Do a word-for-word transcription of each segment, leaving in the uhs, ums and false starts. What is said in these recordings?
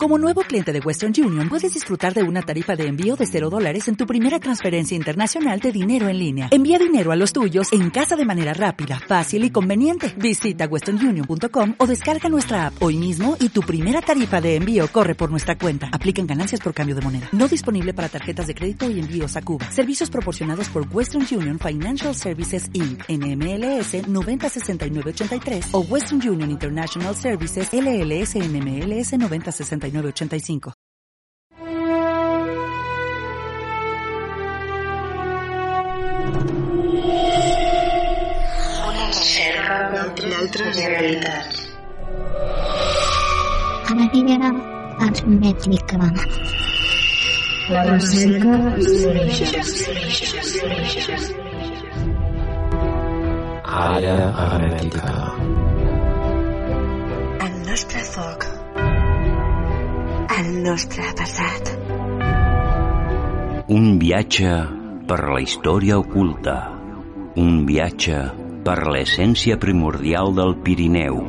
Como nuevo cliente de Western Union, puedes disfrutar de una tarifa de envío de cero dólares en tu primera transferencia internacional de dinero en línea. Envía dinero a los tuyos en casa de manera rápida, fácil y conveniente. Visita western union punto com o descarga nuestra app hoy mismo y tu primera tarifa de envío corre por nuestra cuenta. Aplican ganancias por cambio de moneda. No disponible para tarjetas de crédito y envíos a Cuba. Servicios proporcionados por Western Union Financial Services incorporated. N M L S noventa sesenta y nueve ochenta y tres o Western Union International Services L L S N M L S noventa sesenta y nueve ochenta y cinco. Una reserva d'altres altres realitats. Ara arribarà als mètrica. La recerca d'orígens. Àrea hermètica. El nostre foc. El nostre passat. Un viatge per la història oculta. Un viatge per l'essència primordial del Pirineu.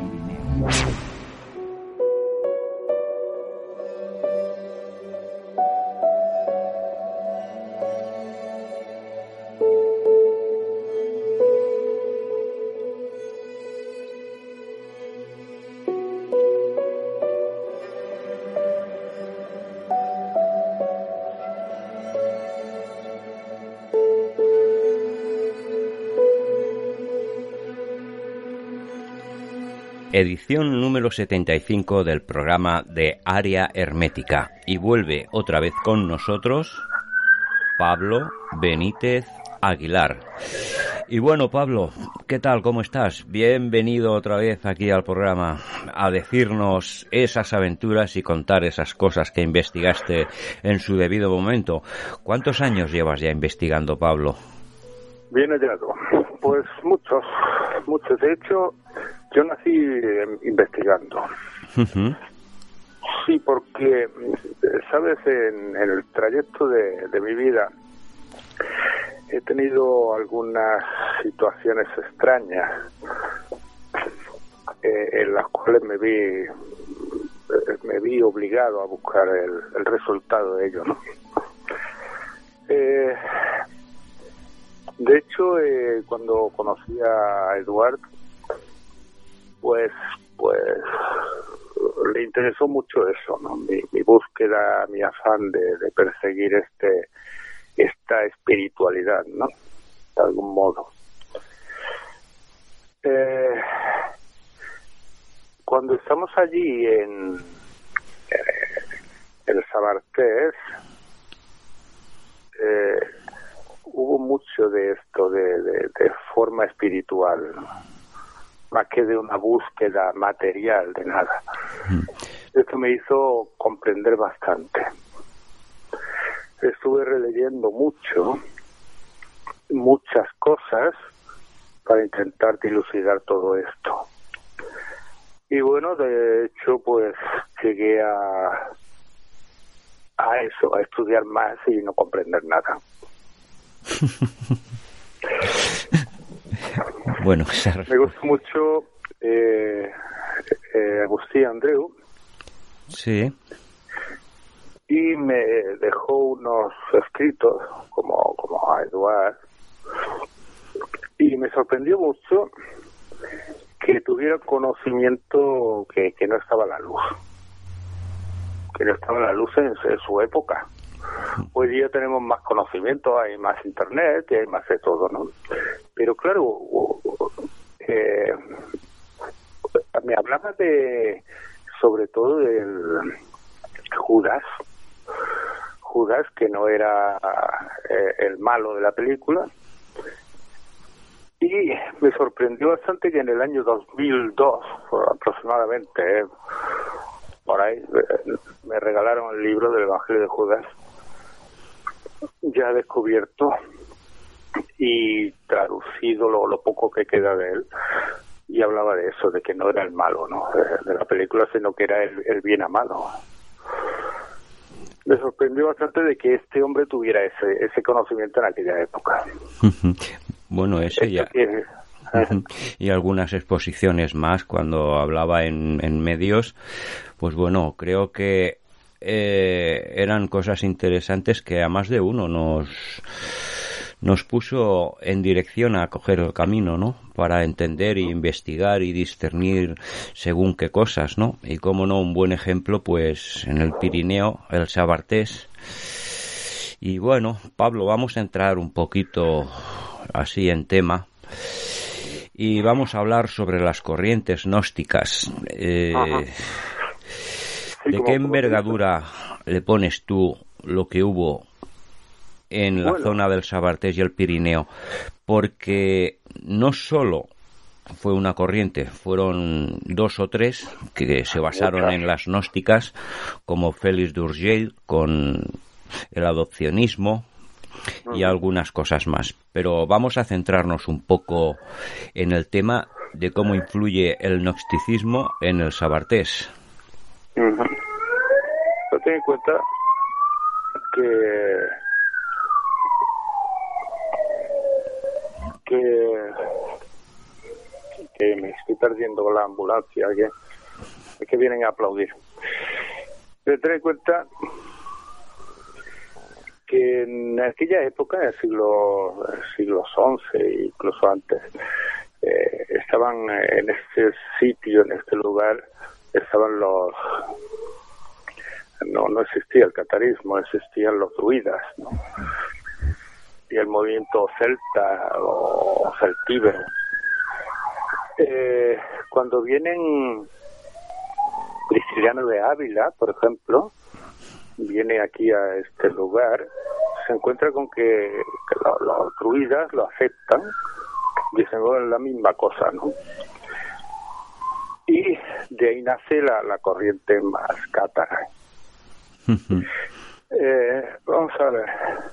Edición número setenta y cinco del programa de Área Hermética. Y vuelve otra vez con nosotros Pablo Benítez Aguilar. Y bueno, Pablo, ¿qué tal? ¿Cómo estás? Bienvenido otra vez aquí al programa a decirnos esas aventuras y contar esas cosas que investigaste en su debido momento. ¿Cuántos años llevas ya investigando, Pablo? Bien hallado. Pues muchos, muchos. De hecho, yo nací eh, investigando. Uh-huh. Sí, porque, sabes, en, en el trayecto de, de mi vida he tenido algunas situaciones extrañas eh, en las cuales me vi me vi obligado a buscar el, el resultado de ello, ¿no? Eh, de hecho, eh, cuando conocí a Eduard, pues pues le interesó mucho eso, ¿no? Mi, mi búsqueda, mi afán de, de perseguir este esta espiritualidad, ¿no? De algún modo. Eh, cuando estamos allí en, en el Sabartés, eh, hubo mucho de esto, de, de, de forma espiritual, ¿no? Más que de una búsqueda material, de nada. Esto me hizo comprender bastante. Estuve releyendo mucho, muchas cosas, para intentar dilucidar todo esto. Y bueno, de hecho, pues llegué a, a eso, a estudiar más y no comprender nada. Bueno, me gustó mucho eh, eh, Agustín Andreu. Sí. Y me dejó unos escritos, como, como a Eduard, y me sorprendió mucho que tuviera conocimiento que, que no estaba a la luz, que no estaba a la luz en, en su época. Hoy día tenemos más conocimiento, hay más internet y hay más de todo, ¿no? Pero claro, eh, me hablaba de, sobre todo del Judas, Judas, que no era eh, el malo de la película, y me sorprendió bastante que en el año dos mil dos, aproximadamente, eh, por ahí, eh, me regalaron el libro del Evangelio de Judas, ya descubierto y traducido lo, lo poco que queda de él, y hablaba de eso, de que no era el malo, ¿no?, de, de la película, sino que era el, el bien amado. Me sorprendió bastante de que este hombre tuviera ese ese conocimiento en aquella época. Bueno, ese ya... Que, y algunas exposiciones más cuando hablaba en, en medios. Pues bueno, creo que eh, eran cosas interesantes que a más de uno nos nos puso en dirección a coger el camino, ¿no? Para entender y investigar y discernir según qué cosas, ¿no? Y cómo no, un buen ejemplo, pues en el Pirineo, el Sabartés. Y bueno, Pablo, vamos a entrar un poquito así en tema y vamos a hablar sobre las corrientes gnósticas. Eh, ¿De qué envergadura le pones tú lo que hubo en la bueno. zona del Sabartés y el Pirineo? Porque no solo fue una corriente, fueron dos o tres que se basaron en las gnósticas, como Félix d'Urgell con el adopcionismo y algunas cosas más. Pero vamos a centrarnos un poco en el tema de cómo influye el gnosticismo en el Sabartés. Uh-huh. Pero ten en cuenta que que que me estoy perdiendo la ambulancia, que, que vienen a aplaudir. Pero ten en cuenta que en aquella época, en el siglo, el siglo once, incluso antes, eh, estaban en este sitio, en este lugar, estaban los... No, no existía el catarismo, existían los druidas, ¿no? Y el movimiento celta o celtíbero. Eh, cuando vienen Prisciliano de Ávila, por ejemplo, viene aquí a este lugar, se encuentra con que, que los, los druidas lo aceptan, dicen, bueno, es la misma cosa, ¿no? Y de ahí nace la, la corriente más cátara. eh, vamos a ver.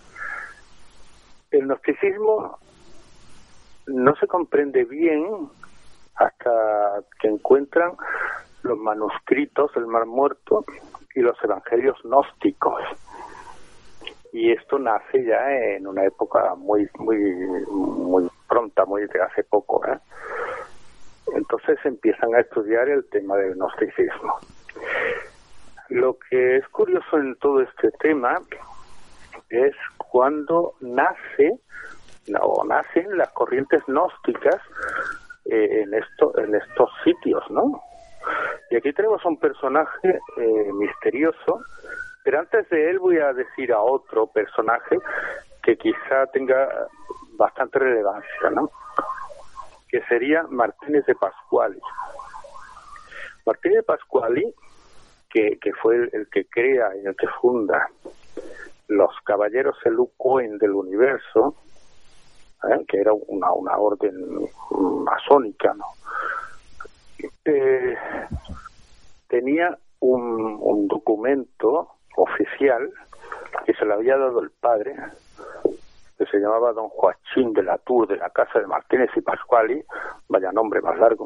El gnosticismo no se comprende bien hasta que encuentran los manuscritos del Mar Muerto y los evangelios gnósticos. Y esto nace ya en una época muy muy muy pronta, muy de hace poco, ¿eh? Entonces empiezan a estudiar el tema del gnosticismo. Lo que es curioso en todo este tema es cuando nace o nacen las corrientes gnósticas eh, en esto, en estos sitios, ¿no? Y aquí tenemos un personaje eh, misterioso, pero antes de él voy a decir a otro personaje que quizá tenga bastante relevancia, ¿no? Que sería Martínez de Pasquali. Martínez de Pasquali, que, que fue el, el que crea y el que funda los Caballeros Elú-Cohen del Universo, ¿eh? Que era una, una orden masónica, ¿no? Eh, tenía un, un documento oficial que se le había dado el padre, que se llamaba Don Joachín de la Tour, de la casa de Martínez y Pasquali, vaya nombre más largo,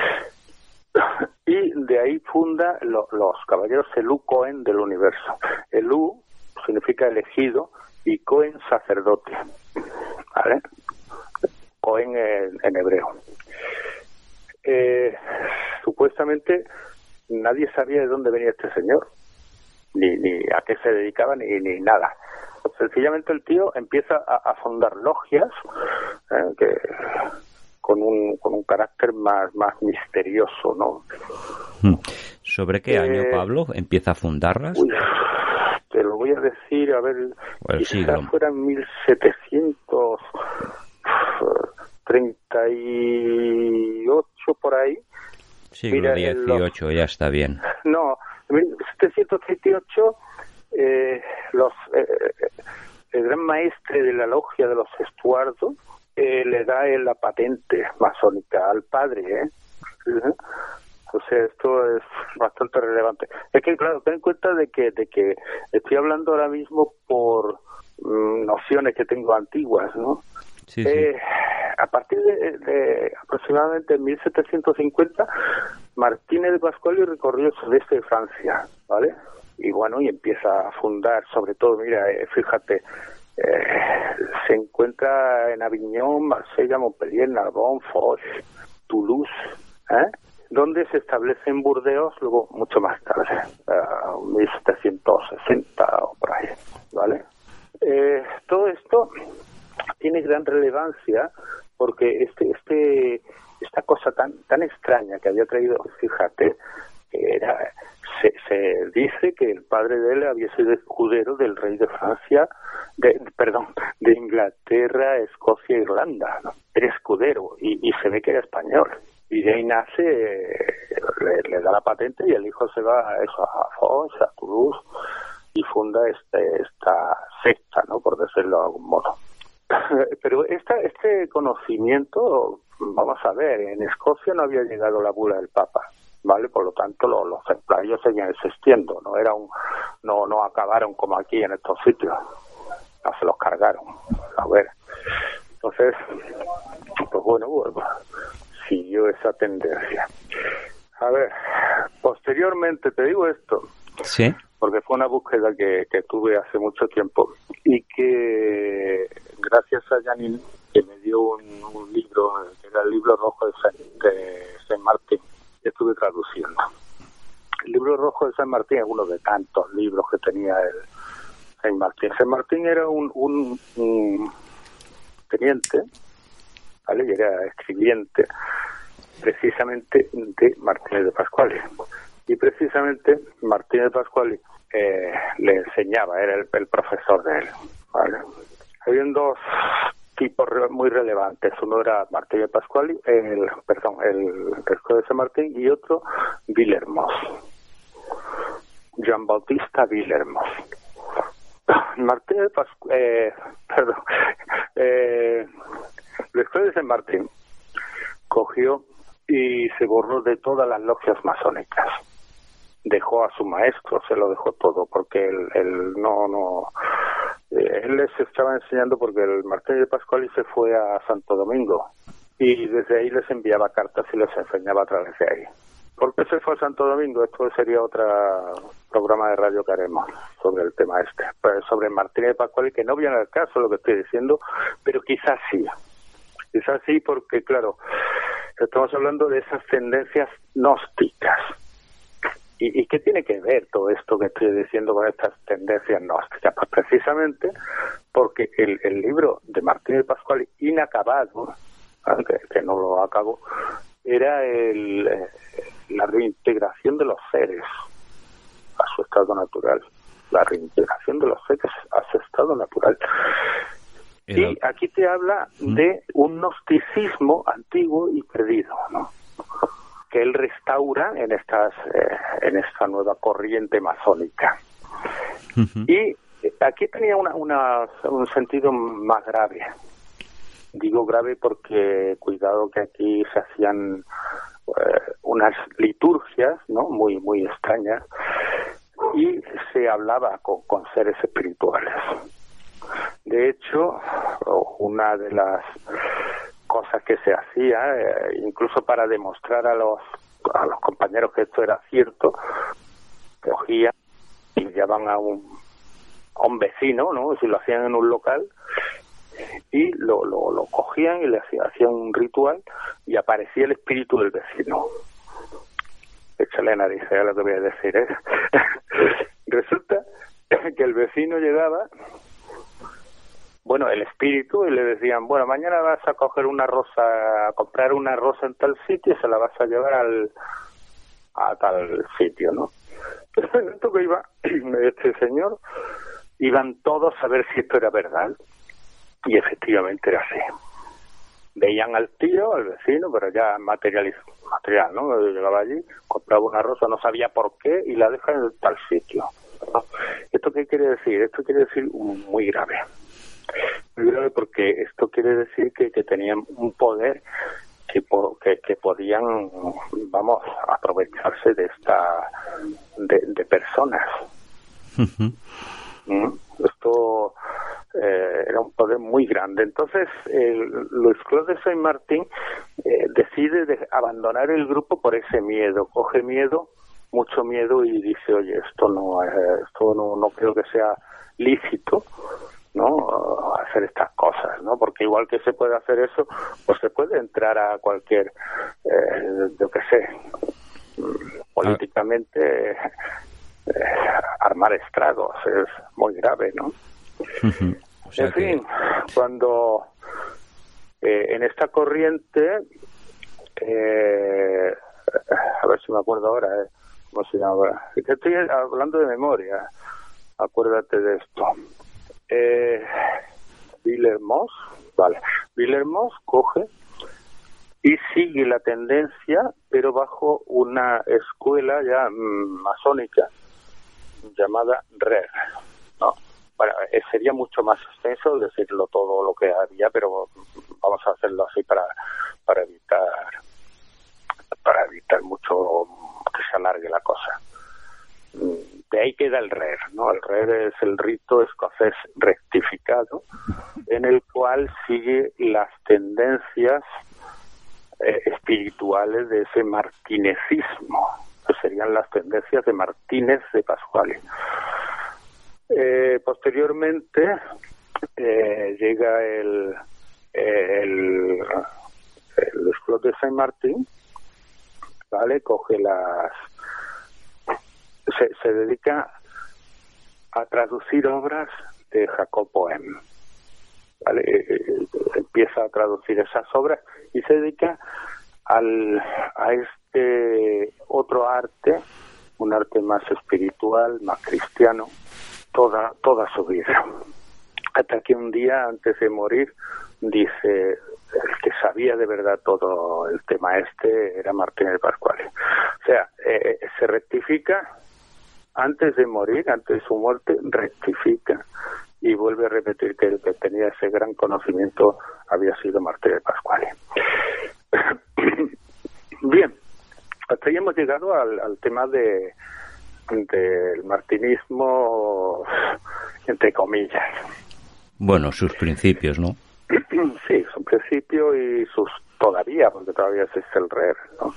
y de ahí funda lo, los Caballeros Elú-Cohen del Universo. Elú significa elegido y Cohen sacerdote, ¿vale? Cohen en, en hebreo. Eh, supuestamente nadie sabía de dónde venía este señor, ni, ni a qué se dedicaba, ni, ni nada. Sencillamente el tío empieza a, a fundar logias eh, que, con un con un carácter más más misterioso, ¿no? ¿Sobre qué eh, año, Pablo, empieza a fundarlas? Uy, te lo voy a decir, a ver, quizás fueran mil setecientos treinta y ocho por ahí. Siglo dieciocho, los, ya está bien. No, en mil setecientos treinta y ocho eh, los, eh, el gran maestre de la logia de los Estuardo eh, le da eh, la patente masónica al padre, ¿eh? Uh-huh. O sea, esto es bastante relevante. Es que, claro, ten en cuenta de que, de que estoy hablando ahora mismo por mm, nociones que tengo antiguas, ¿no? Sí, eh, sí. A partir de, de aproximadamente mil setecientos cincuenta, Martínez de Pasquali recorrió el sudeste de Francia, ¿vale? Y bueno, y empieza a fundar, sobre todo, mira, eh, fíjate, eh, se encuentra en Aviñón, Marsella, Montpellier, Narbonne, Foch, Toulouse, ¿eh? donde se establece en Burdeos luego mucho más tarde, uh, mil setecientos sesenta o por ahí, ¿vale? Eh, todo esto tiene gran relevancia porque este este esta cosa tan tan extraña que había traído, fíjate, que era se, se dice que el padre de él había sido escudero del rey de Francia, de, perdón, de Inglaterra, Escocia e Irlanda, ¿no? Era escudero y, y se ve que era español. Y de ahí nace, le, le da la patente y el hijo se va a eso, a Foch, a Toulouse, y funda este, esta secta, ¿no? Por decirlo de algún modo. Pero esta, este conocimiento, vamos a ver, en Escocia no había llegado la bula del Papa, ¿vale? Por lo tanto, los, los templarios seguían existiendo, no era un, no, no acabaron como aquí en estos sitios, no se los cargaron, a ver. Entonces, pues bueno, bueno, siguió esa tendencia. A ver, posteriormente, te digo esto, sí, porque fue una búsqueda que, que tuve hace mucho tiempo y que gracias a Janine, que me dio un, un libro, que era el libro rojo de Saint, de Saint Martin, que estuve traduciendo. El libro rojo de Saint Martin es uno de tantos libros que tenía el Saint Martin. Saint Martin era un, un, un teniente, ¿vale? Y era escribiente precisamente de Martínez de Pasquali. Y precisamente Martínez de Pasquali eh, le enseñaba, era el, el profesor de él, ¿vale? Habían dos tipos re, muy relevantes. Uno era Martínez de Pasquali, el, perdón, el escudo de San Martín, y otro Villermoz, Jean Bautista Villermoz. Martínez de Pasquali, eh, perdón, eh, el escudo de San Martín cogió y se borró de todas las logias masónicas. Dejó a su maestro, se lo dejó todo, porque él, él no, no, eh, él les estaba enseñando porque el Martínez de Pasquali se fue a Santo Domingo y desde ahí les enviaba cartas y les enseñaba a través de ahí. ¿Por qué se fue a Santo Domingo? Esto sería otro programa de radio que haremos sobre el tema este, pero sobre Martínez de Pasquali, que no viene al caso lo que estoy diciendo, pero quizás sí. Quizás sí, porque claro, estamos hablando de esas tendencias gnósticas. ¿Y, ¿Y qué tiene que ver todo esto que estoy diciendo con estas tendencias gnósticas? Pues precisamente porque el, el libro de Martínez de Pasquali, inacabado, que, que no lo acabó, era el, eh, la reintegración de los seres a su estado natural. La reintegración de los seres a su estado natural. Y aquí te habla de un gnosticismo antiguo y perdido, ¿no? Que él restaura en estas eh, en esta nueva corriente masónica. Uh-huh. Y aquí tenía una, una un sentido más grave. Digo grave porque cuidado que aquí se hacían eh, unas liturgias, ¿no? Muy muy extrañas, y se hablaba con, con seres espirituales. De hecho, una de las cosas que se hacía, eh, incluso para demostrar a los a los compañeros que esto era cierto, cogían y llevaban a un a un vecino, ¿no? Si lo hacían en un local, y lo lo, lo cogían y le hacían, hacían un ritual y aparecía el espíritu del vecino. Chalena dice, ya lo que voy a decir es, resulta que el vecino llegaba, bueno, el espíritu, y le decían, bueno, mañana vas a coger una rosa, a comprar una rosa en tal sitio y se la vas a llevar al a tal sitio, ¿no? Pero en esto que iba este señor, iban todos a ver si esto era verdad, y efectivamente era así. Veían al tío, al vecino, pero ya material, material, ¿no? Llegaba allí, compraba una rosa, no sabía por qué, y la deja en tal sitio. ¿Esto qué quiere decir? Esto quiere decir muy grave. Muy grave porque esto quiere decir que, que tenían un poder que, que, que podían, vamos, aprovecharse de esta, de, de personas. Uh-huh. ¿Mm? Esto eh, era un poder muy grande. Entonces, el, Luis Claude de Saint Martin eh, decide de abandonar el grupo por ese miedo. Coge miedo, mucho miedo, y dice, oye, esto no, eh, esto no, no creo que sea lícito ¿no? Hacer estas cosas, ¿no? Porque igual que se puede hacer eso, pues se puede entrar a cualquier, eh, yo qué sé, políticamente, eh, armar estragos, es muy grave, ¿no? O sea en fin, que... cuando eh, en esta corriente, eh, a ver si me acuerdo ahora, eh, ¿cómo se llama ahora? Estoy hablando de memoria, acuérdate de esto. Eh, Villermoz, vale, Villermoz coge y sigue la tendencia, pero bajo una escuela ya mmm, masónica llamada R E R, ¿no? Bueno, eh, sería mucho más extenso decirlo todo lo que había, pero vamos a hacerlo así para para evitar para evitar mucho que se alargue la cosa. De ahí queda el R E R, ¿no? El R E R es el rito escocés rectificado, en el cual sigue las tendencias eh, espirituales de ese martinecismo, que serían las tendencias de Martínez de Pasquali. Eh, posteriormente eh, llega el el, el Esclot de Saint Martin, ¿vale? Coge las se, se dedica a traducir obras de Jacob Boehme, ¿vale? Eh, empieza a traducir esas obras y se dedica al a este otro arte, un arte más espiritual, más cristiano, toda toda su vida, hasta que un día antes de morir dice: el que sabía de verdad todo el tema este era Martínez de Pasquali. O sea, eh, se rectifica antes de morir, antes de su muerte, rectifica y vuelve a repetir que el que tenía ese gran conocimiento había sido Martínez de Pasquali. Bien, hasta ahí hemos llegado al, al tema de del martinismo, entre comillas. Bueno, sus principios, ¿no? Sí, su principio y sus todavía, porque todavía existe el R E R, ¿no?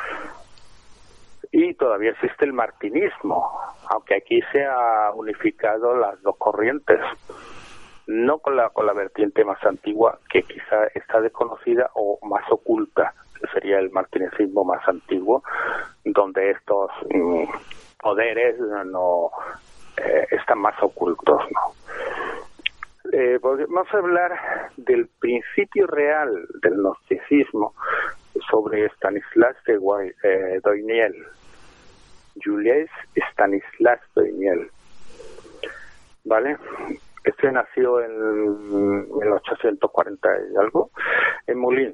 Y todavía existe el martinismo, aunque aquí se ha unificado las dos corrientes, no con la con la vertiente más antigua, que quizá está desconocida o más oculta, que sería el martinesismo más antiguo, donde estos mmm, poderes no eh, están más ocultos, ¿no? Eh, vamos a hablar del principio real del gnosticismo sobre Stanislas de Guay, eh, Doiniel, Julius Stanislas Doiniel, ¿vale? Este nació en mil ochocientos cuarenta y algo en Moulins.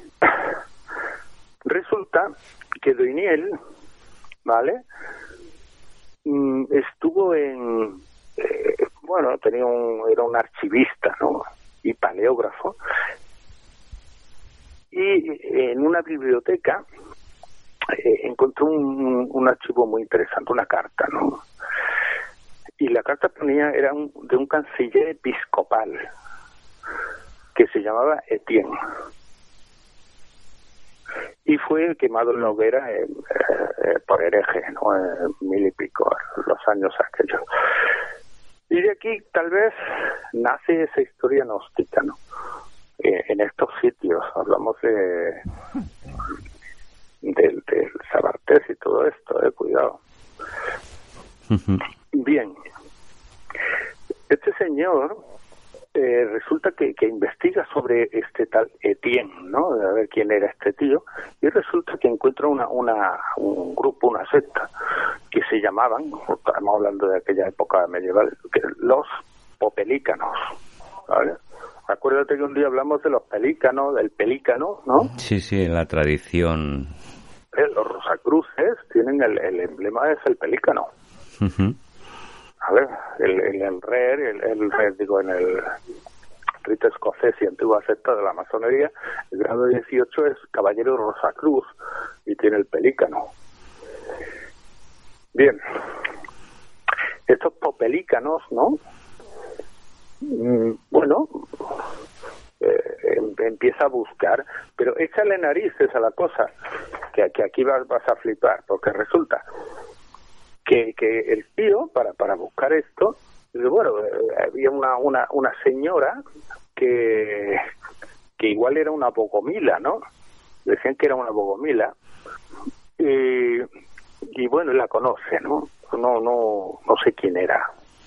Resulta que Doiniel, ¿vale? Mm, estuvo en eh, bueno, tenía un, era un archivista, ¿no? Y paleógrafo. Y en una biblioteca eh, encontró un, un archivo muy interesante, una carta, ¿no? Y la carta ponía, era un, de un canciller episcopal que se llamaba Etienne. Y fue quemado en la hoguera eh, eh, por hereje, ¿no? En mil y pico, los años aquellos. Y de aquí tal vez nace esa historia gnóstica, ¿no? Eh, en estos sitios hablamos de del, del Sabartés y todo esto, eh, cuidado. Uh-huh. Bien, este señor eh, resulta que, que investiga sobre este tal Etienne, ¿no? A ver quién era este tío, y resulta que encuentra una, una un grupo, una secta, que se llamaban, estamos hablando de aquella época medieval, que los popelícanos, ¿vale? Acuérdate que un día hablamos de los pelícanos, del pelícano, ¿no? Sí, sí, en la tradición. Eh, los rosacruces tienen el, el emblema es el pelícano. Uh-huh. A ver, el, el, el R E R, el, el R E R, digo, en el rito escocés y antigua secta de la masonería, el grado dieciocho es caballero rosacruz y tiene el pelícano. Bien, estos popelícanos, ¿no? Mm, bueno, eh, empieza a buscar, pero échale narices a la cosa, que, que aquí vas, vas a flipar, porque resulta que, que el tío, para, para buscar esto, Y bueno, había una, una, una señora que, que igual era una bogomila, ¿no? Decían que era una bogomila. Y, y bueno, la conoce, ¿no? No, no, no sé quién era.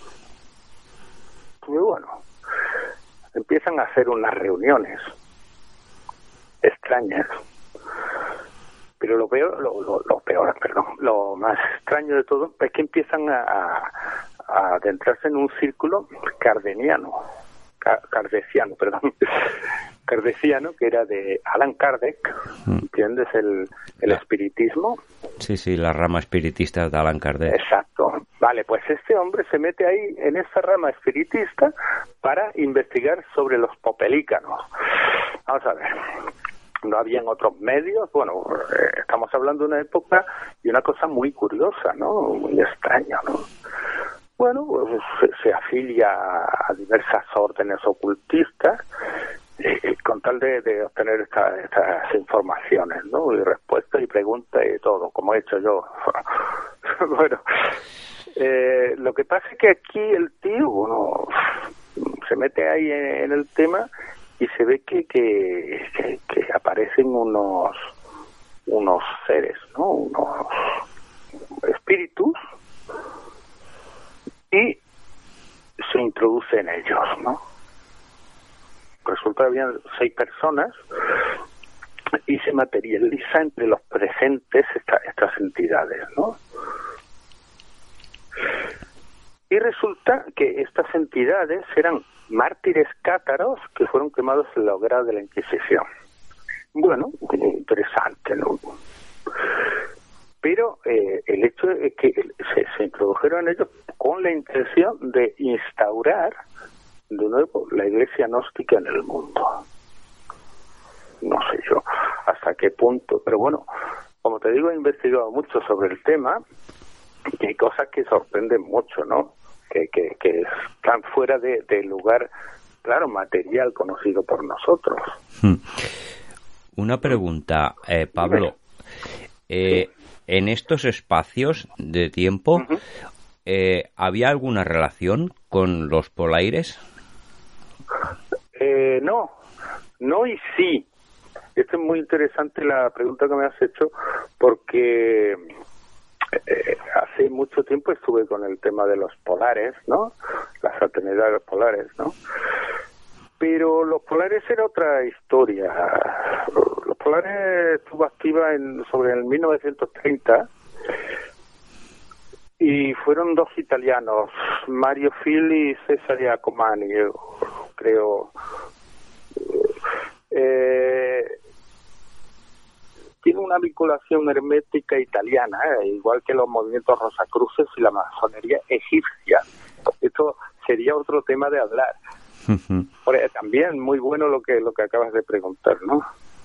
Y bueno, empiezan a hacer unas reuniones extrañas. Pero lo peor, lo, lo, lo peor, perdón, lo más extraño de todo es que empiezan a, a, a adentrarse en un círculo kardeciano, kardeciano, perdón, kardeciano, que era de Allan Kardec, ¿entiendes? El, el espiritismo. Sí, sí, la rama espiritista de Allan Kardec. Exacto. Vale, pues este hombre se mete ahí en esa rama espiritista para investigar sobre los popelícanos. Vamos a ver. No habían otros medios. Bueno, eh, estamos hablando de una época y una cosa muy curiosa, ¿no? Muy extraña, ¿no? Bueno, pues se, se afilia a diversas órdenes ocultistas eh, con tal de, de obtener esta, estas informaciones, ¿no? Y respuestas y preguntas y todo, como he hecho yo. Bueno, eh, lo que pasa es que aquí el tío, bueno, se mete ahí en, en el tema y se ve que, que, que, que aparecen unos unos seres, ¿no? Unos espíritus y se introduce en ellos, ¿no? Resulta que habían seis personas y se materializa entre los presentes esta, estas entidades, ¿no? Y resulta que estas entidades eran mártires cátaros que fueron quemados en la hoguera de la Inquisición. Bueno, interesante, ¿no? Pero eh, el hecho es que se, se introdujeron ellos con la intención de instaurar de nuevo la iglesia gnóstica en el mundo. No sé yo hasta qué punto, pero bueno, como te digo, he investigado mucho sobre el tema y hay cosas que sorprenden mucho, ¿no? Que, que, que están fuera de, de lugar, claro, material conocido por nosotros. Una pregunta, eh, Pablo. Eh, en estos espacios de tiempo, uh-huh. eh, ¿había alguna relación con los polaires? Eh, no, no y sí. Esto es muy interesante la pregunta que me has hecho, porque eh, hace mucho tiempo estuve con el tema de los polares, ¿no? La fraternidad de los polares, ¿no? Pero los polares era otra historia. Los polares estuvo activa en, sobre el mil novecientos treinta y fueron dos italianos, Mario Fili y Cesare Giacomani, yo creo. Eh, tiene una vinculación hermética italiana, eh, igual que los movimientos rosacruces y la masonería egipcia. Esto sería otro tema de hablar. Uh-huh. También muy bueno lo que lo que acabas de preguntar, ¿no?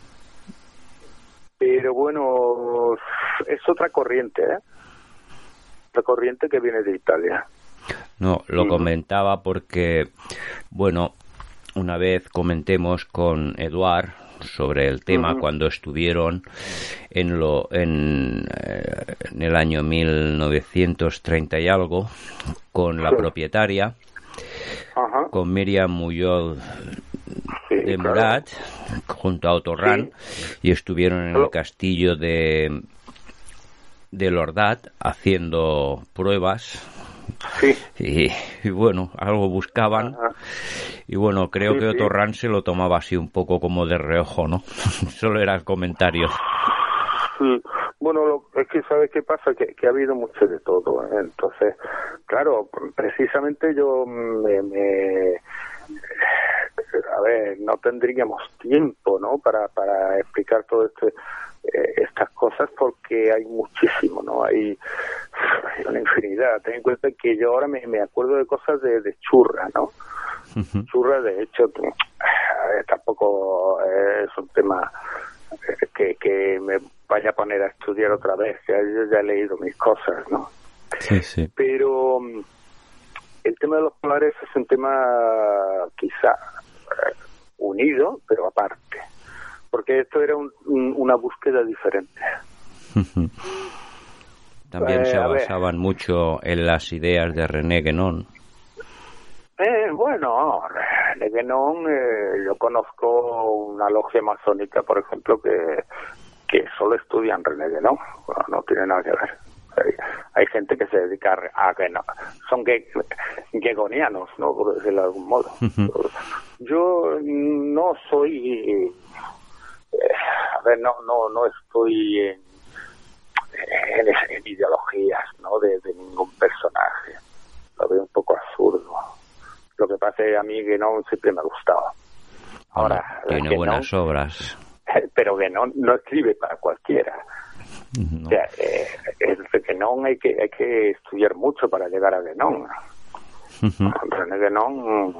Pero bueno, es otra corriente, ¿eh? Otra corriente que viene de Italia. No, lo uh-huh. comentaba porque, bueno, una vez comentemos con Eduard sobre el tema uh-huh. cuando estuvieron en lo en, eh, en el año mil novecientos treinta y algo con la sí. propietaria. Ajá. Con Miriam Muñoz sí, de Murat, claro. junto a Otorrán, sí. y estuvieron en el castillo de de Lordat haciendo pruebas. Sí. Y, y bueno, algo buscaban. Ajá. Y bueno, creo sí, que Otorrán sí. se lo tomaba así un poco como de reojo, ¿no? Solo era el comentario. Sí. Bueno, lo, es que ¿sabes qué pasa? Que, que ha habido mucho de todo, ¿eh? Entonces, claro, precisamente yo me, me... A ver, no tendríamos tiempo, ¿no? Para, para explicar todo este eh, estas cosas porque hay muchísimo, ¿no? Hay, hay una infinidad. Ten en cuenta que yo ahora me, me acuerdo de cosas de, de Churra, ¿no? Uh-huh. Churra, de hecho, a ver, tampoco es un tema que, que me vaya a poner a estudiar otra vez, ya, yo ya he leído mis cosas, ¿no? Sí, sí. Pero el tema de los polares es un tema quizá eh, unido, pero aparte, porque esto era un, un, una búsqueda diferente. Uh-huh. También eh, se basaban mucho en las ideas de René Guénon. Eh, bueno, de Guénon, eh, yo conozco una logia masónica, por ejemplo, que, que solo estudian René Guénon. Bueno, no tiene nada que ver. Hay, hay gente que se dedica a Guénon. Son gue, guegonianos, ¿no? Por decirlo de algún modo. Uh-huh. Yo no soy... Eh, a ver, no, no, no estoy en, en, en ideologías, ¿no? De, de ningún personaje. Lo veo un poco absurdo. Lo que pasa es que a mí Guénon siempre me ha gustado. Ahora, tiene Guénon, buenas obras. Pero Guénon no escribe para cualquiera. No. O sea, eh, el Guénon hay que hay que estudiar mucho para llegar a Guénon. Uh-huh. René Guénon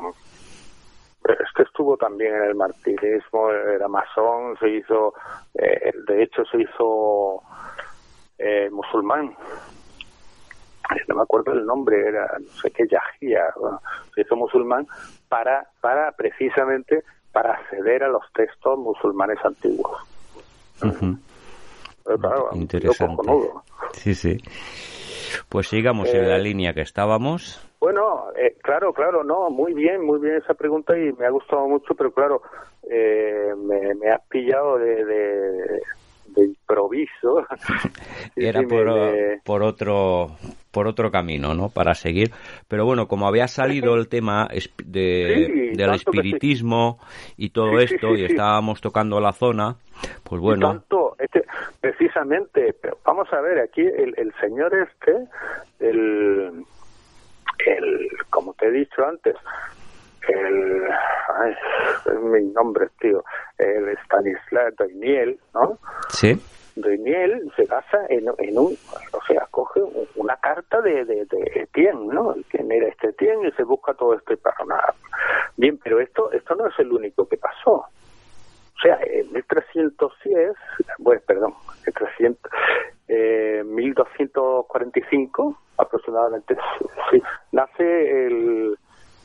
es que estuvo también en el martirismo, era masón, se hizo, eh, de hecho se hizo eh, musulmán. No me acuerdo el nombre, era no sé qué yajía, bueno, se hizo musulmán para para precisamente para acceder a los textos musulmanes antiguos. Uh-huh. Pero claro, interesante. Sí, sí. Pues sigamos eh, en la línea que estábamos. Bueno, eh, claro, claro, no, muy bien, muy bien esa pregunta y me ha gustado mucho, pero claro, eh, me, me has pillado de, de, de improviso. Era sí, por, me... por otro por otro camino, ¿no? Para seguir. Pero bueno, como había salido el tema de, sí, del espiritismo sí. y todo sí, esto, sí, sí, y sí. estábamos tocando la zona, pues bueno. Y tanto, este, precisamente, pero vamos a ver, aquí el, el señor este, el, el, como te he dicho antes, el, ay, es mi nombre, tío, el Stanislas Doiniel, ¿no? Sí. Doiniel se basa en, en un, o sea, coge una carta de, de, de Etienne, ¿no? ¿Quién era este Etienne? Y se busca todo este panorama. Bien, pero esto, esto no es el único que pasó. O sea, en mil trescientos diez, bueno, perdón, trescientos, eh, mil doscientos cuarenta y cinco aproximadamente, sí, nace el,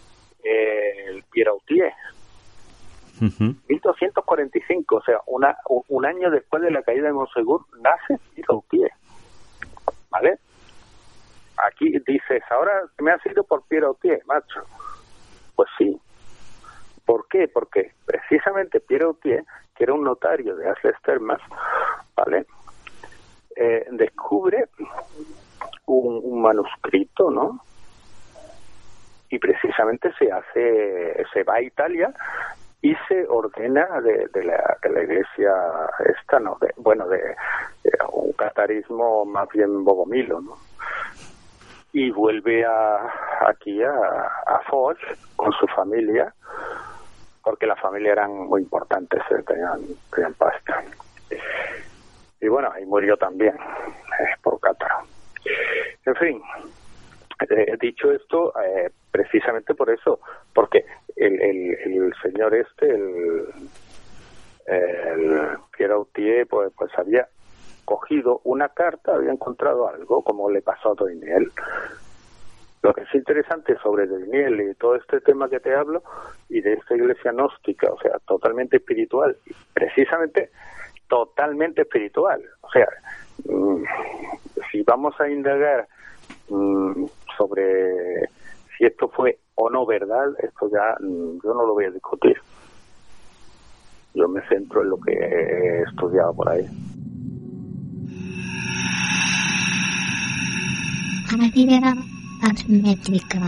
el Pierre-Autier. Uh-huh. mil doscientos cuarenta y cinco, o sea, una, un año después de la caída de Montsegur, nace Pierre-Autier, ¿vale? Aquí dices, ahora me has ido por Pierre-Autier, macho. Pues sí. ¿Por qué? Porque precisamente Pierre-Autier, que era un notario de Asles-Termas, ¿vale? Eh, descubre un, un manuscrito, ¿no? Y precisamente se hace, se va a Italia y se ordena de, de, la, de la iglesia esta, ¿no? De, bueno, de, de un catarismo más bien bogomilo, ¿no? Y vuelve a aquí a, a Foix con su familia, porque la familia eran muy importantes, ¿eh? tenían, tenían pasta. Y bueno, ahí murió también, eh, por cátaro. En fin, eh, dicho esto, eh, precisamente por eso, porque el, el, el señor este, el, el Pierre-Autier, pues, pues había cogido una carta, había encontrado algo, como le pasó a Doiniel. Lo que es interesante sobre Doiniel y todo este tema que te hablo, y de esta iglesia gnóstica, o sea, totalmente espiritual, precisamente totalmente espiritual. O sea, mmm, si vamos a indagar mmm, sobre si esto fue o no verdad, esto ya mmm, yo no lo voy a discutir. Yo me centro en lo que he estudiado por ahí. Área hermética.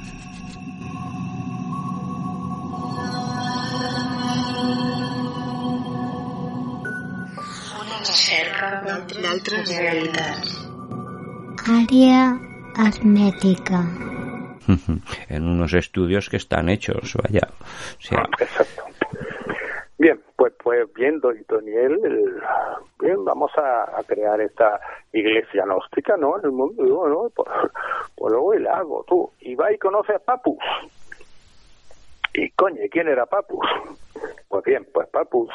Una recerca d'altres realitats. Área hermética. En unos estudios que están hechos, vaya. O sea... Exacto. Bien, pues pues viendo Doiniel, bien, vamos a, a crear esta iglesia gnóstica, ¿no? En el mundo, y bueno, pues, pues luego y la hago, tú. Y va y conoce a Papus. Y coño, ¿quién era Papus? Pues bien, pues Papus.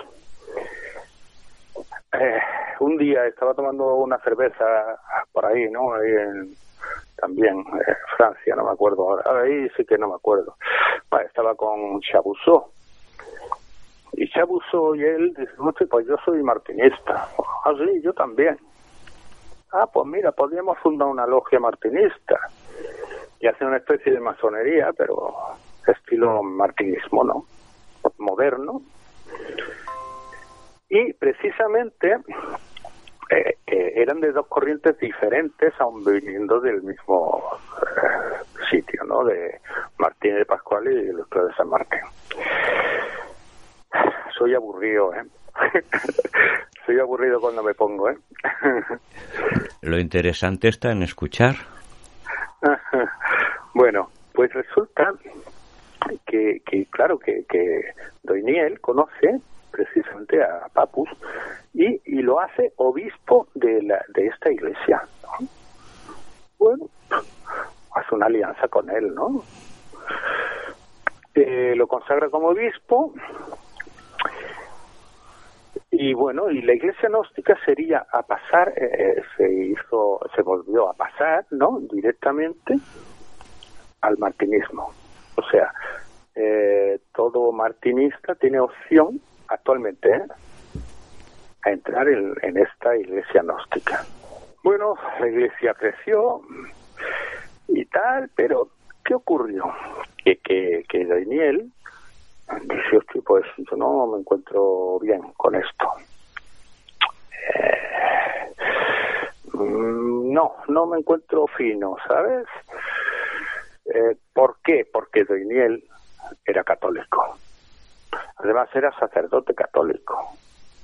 Eh, un día estaba tomando una cerveza por ahí, ¿no? Ahí en, también en Francia, no me acuerdo ahora. Ahí sí que no me acuerdo. Vale, estaba con Chabousseau. Y Chabousseau y él dicen, pues yo soy martinista. Ah, sí, yo también. Ah, pues mira, podríamos fundar una logia martinista. y hacen una especie de masonería, pero estilo martinismo, ¿no? Moderno. Y precisamente eh, eh, eran de dos corrientes diferentes, aun viniendo del mismo eh, sitio, ¿no? De Martín de Pascual y el otro de San Martín. Soy aburrido, ¿eh? Soy aburrido cuando me pongo, ¿eh? Lo interesante está en escuchar. Bueno, pues resulta que, que claro, que, que Doiniel conoce precisamente a Papus y, y lo hace obispo de, la, de esta iglesia, ¿no? Bueno, hace una alianza con él, ¿no? Eh, lo consagra como obispo. Y bueno, y la iglesia gnóstica sería a pasar, eh, se hizo, se volvió a pasar, ¿no? Directamente al martinismo. O sea, eh, todo martinista tiene opción actualmente, ¿eh? a entrar en, en esta iglesia gnóstica. Bueno, la iglesia creció y tal, pero ¿qué ocurrió? Que, que, que Daniel dice, hostia, pues yo no me encuentro bien con esto. Eh, no, no me encuentro fino, ¿sabes? Eh, ¿Por qué? Porque Daniel era católico. Además era sacerdote católico.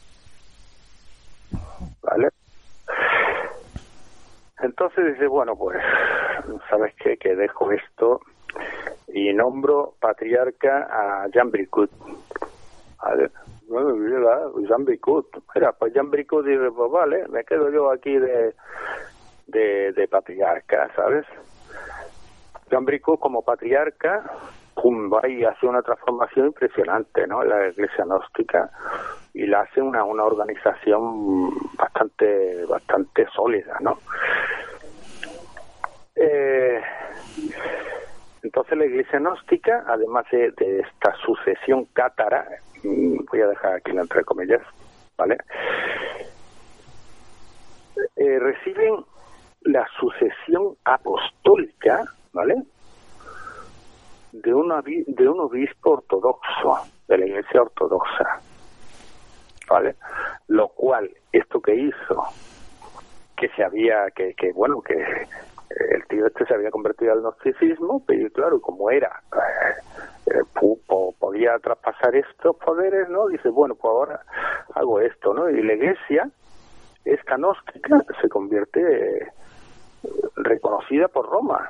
¿Vale? Entonces dice, bueno, pues, ¿sabes qué? Que dejo esto y nombro patriarca a Jean Bricout. ¿Vale? Bueno, Jean Bricout. Mira, pues Jean Bricout dice, pues vale, me quedo yo aquí de, de, de patriarca, ¿sabes? Jean Bricout como patriarca, pum, va y hace una transformación impresionante, ¿no? En la iglesia gnóstica, y la hace una, una organización bastante, bastante sólida, ¿no? Eh, entonces la iglesia gnóstica, además de, de esta sucesión cátara, voy a dejar aquí entre comillas, ¿vale? Eh, reciben la sucesión apostólica, ¿vale? De, una, de un obispo ortodoxo, de la iglesia ortodoxa, ¿vale? Lo cual, esto que hizo, que se había, que, que bueno, que el tío este se había convertido al gnosticismo, pero claro, como era, eh, po, podía traspasar estos poderes, ¿no? Dice, bueno, pues ahora hago esto, ¿no? Y la iglesia, esta gnóstica, se convierte eh, reconocida por Roma.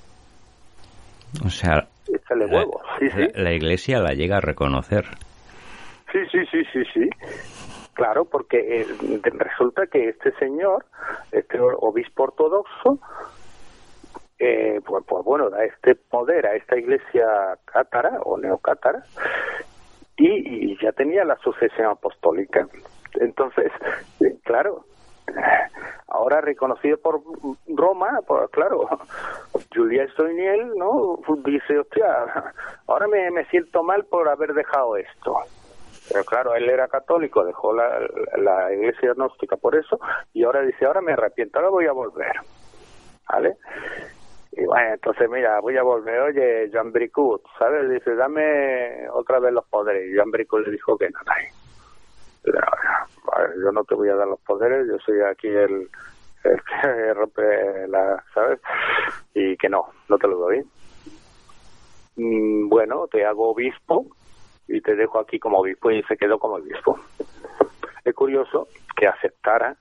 O sea, Échale huevos. Sí, sí. La, la iglesia la llega a reconocer. Sí, sí, sí, sí, sí. Claro, porque eh, resulta que este señor, este obispo ortodoxo, eh, pues, pues bueno, da este poder a esta iglesia cátara o neocátara y, y ya tenía la sucesión apostólica. Entonces, eh, claro, ahora reconocido por Roma, pues claro, Julián Doiniel, ¿no? Dice, hostia, ahora me, me siento mal por haber dejado esto. Pero claro, él era católico, dejó la, la iglesia gnóstica por eso, y ahora dice, ahora me arrepiento, ahora voy a volver, ¿vale? Y bueno, entonces mira, voy a volver, oye, Jean Bricout, ¿sabes? Dice, dame otra vez los poderes, y Jean Bricout le dijo que no, no, yo no te voy a dar los poderes, yo soy aquí el, el que rompe la, ¿sabes? Y que no, no te lo doy. Mm, bueno, te hago obispo, y te dejo aquí como obispo, y se quedó como obispo. Es curioso que aceptara,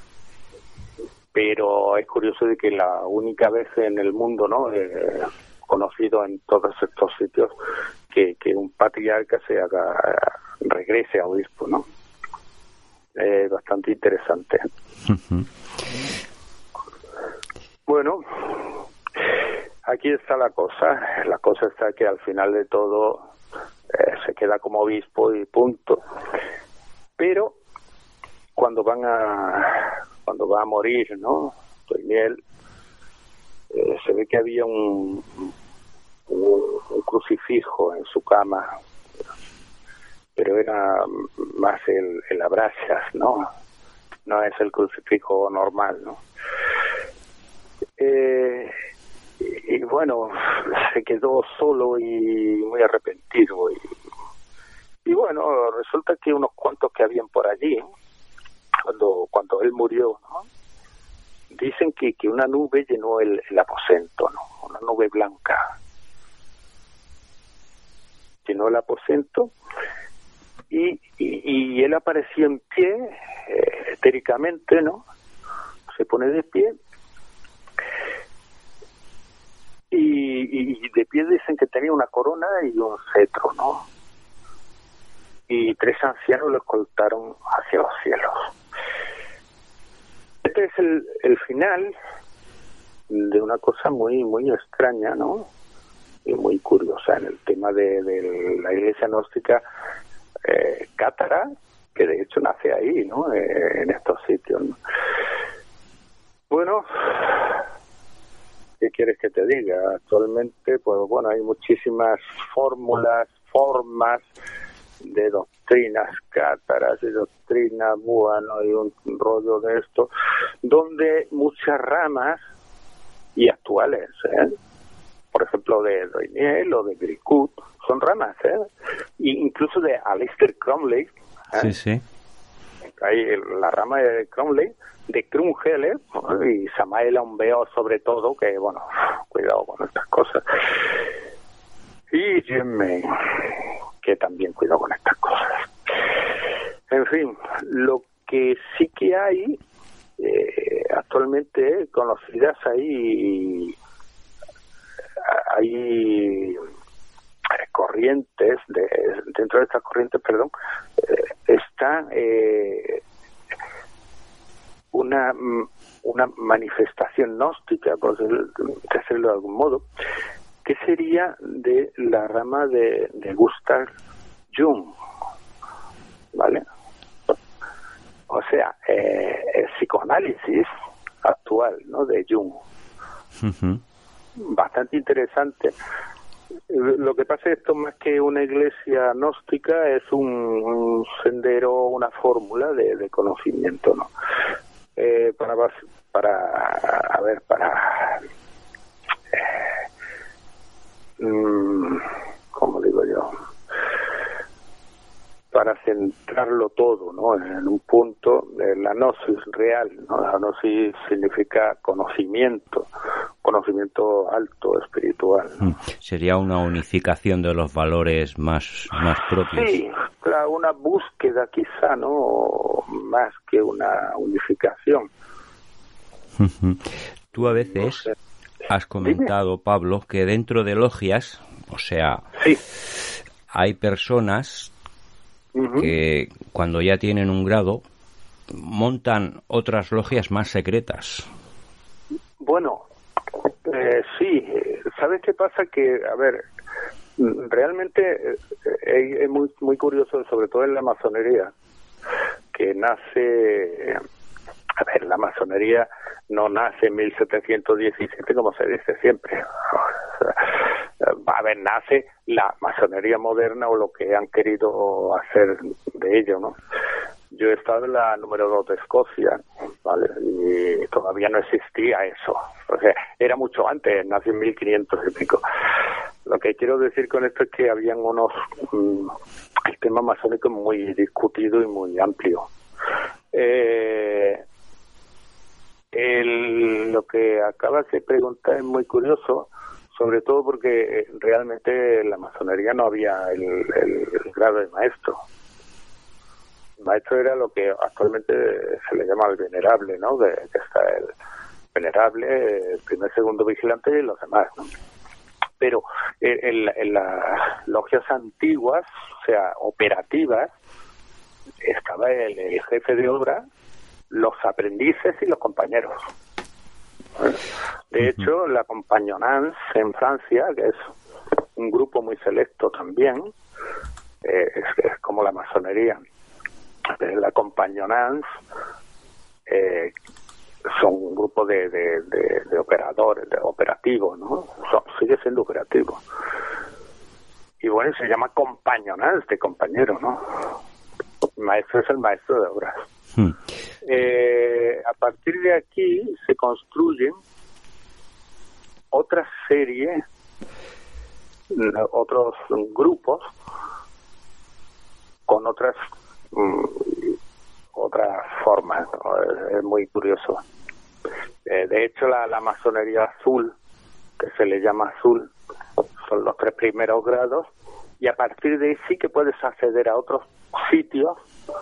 pero es curioso de que la única vez en el mundo, ¿no?, eh, conocido en todos estos sitios, que, que un patriarca se haga, regrese a obispo, ¿no? Es eh, bastante interesante. Uh-huh. Bueno, aquí está la cosa. La cosa está que al final de todo Eh, se queda como obispo y punto. Pero cuando van a cuando va a morir, ¿no?, Doiniel, eh, se ve que había un, un un crucifijo en su cama, pero era más el, el abraxas, ¿no? No es el crucifijo normal, ¿no? Eh, y, y bueno, se quedó solo y muy arrepentido. Y, y bueno, resulta que unos cuantos que habían por allí, cuando cuando él murió, ¿no? Dicen que, que una nube llenó el, el aposento, ¿no? Una nube blanca. Llenó el aposento y, y, y él apareció en pie, eh, etéricamente, ¿no? Se pone de pie y, y de pie dicen que tenía una corona y un cetro, ¿no? Y tres ancianos lo escoltaron hacia los cielos. Este es el, el final de una cosa muy muy extraña, ¿no? Y muy curiosa en el tema de, de la iglesia gnóstica eh, cátara, que de hecho nace ahí, ¿no? Eh, en estos sitios, ¿no? Bueno, ¿qué quieres que te diga? Actualmente, pues bueno, hay muchísimas fórmulas, formas de doctrinas cátaras y doctrinas, bueno, hay un rollo de esto, donde muchas ramas y actuales, ¿eh? Por ejemplo, de Doiniel o de Gricud, son ramas, ¿eh? E incluso de Aleister Crowley, ¿eh? Sí, sí. Hay la rama de Crowley, de Krumheller, ¿no? Y Samael Aumbeor sobre todo, que bueno, cuidado con estas cosas. Y Jimmy, que también cuidado con estas cosas. En fin, lo que sí que hay eh, actualmente conocidas ahí, hay corrientes, de, dentro de estas corrientes, perdón, eh, está eh, una una manifestación gnóstica, por decirlo de algún modo, que sería de la rama de, de Gustav Jung, ¿vale? O sea, eh, el psicoanálisis actual, ¿no? De Jung. Uh-huh. Bastante interesante. Lo que pasa es que esto, más que una iglesia gnóstica, es un, un sendero, una fórmula de, de conocimiento, ¿no? Eh, para, para, a ver, para... Eh, ¿cómo digo yo? Para centrarlo todo, ¿no? En un punto de la gnosis real, ¿no? La gnosis significa conocimiento, conocimiento alto, espiritual, ¿no? Sería una unificación de los valores más, más propios. Sí, claro, una búsqueda quizá, ¿no? Más que una unificación. Tú a veces no sé. Has comentado, dime, Pablo, que dentro de logias, o sea, sí, hay personas uh-huh. que cuando ya tienen un grado montan otras logias más secretas. Bueno, eh, sí, ¿sabes qué pasa? Que, a ver, realmente eh, es muy, muy curioso, sobre todo en la masonería, que nace... A ver, la masonería no nace en mil setecientos diecisiete, como se dice siempre. A ver, nace la masonería moderna o lo que han querido hacer de ello, ¿no? Yo he estado en la número dos de Escocia, ¿vale? Y todavía no existía eso. O sea, era mucho antes, nació en mil quinientos y pico. Lo que quiero decir con esto es que habían unos... Um, el tema masónico muy discutido y muy amplio. Eh... El, lo que acabas de preguntar es muy curioso, sobre todo porque realmente en la masonería no había el, el, el grado de maestro. El maestro era lo que actualmente se le llama el venerable, ¿no? De, que está el venerable, el primer, segundo vigilante y los demás, ¿no? Pero en, en, en las logias antiguas, o sea, operativas, estaba el, el jefe de obra, los aprendices y los compañeros. De hecho, la compagnonnance en Francia, que es un grupo muy selecto también, eh, es, es como la masonería. La compagnonnance eh, son un grupo de, de, de, de operadores, de operativos, ¿no? Son, sigue siendo operativo. Y bueno, se llama compagnonnance, de compañero, ¿no? El maestro es el maestro de obras. Hmm. Eh, a partir de aquí se construyen otra serie, otros grupos con otras mm, otras formas, ¿no? Es, es muy curioso. Eh, de hecho, la, la masonería azul, que se le llama azul, son los tres primeros grados, y a partir de ahí sí que puedes acceder a otros sitios,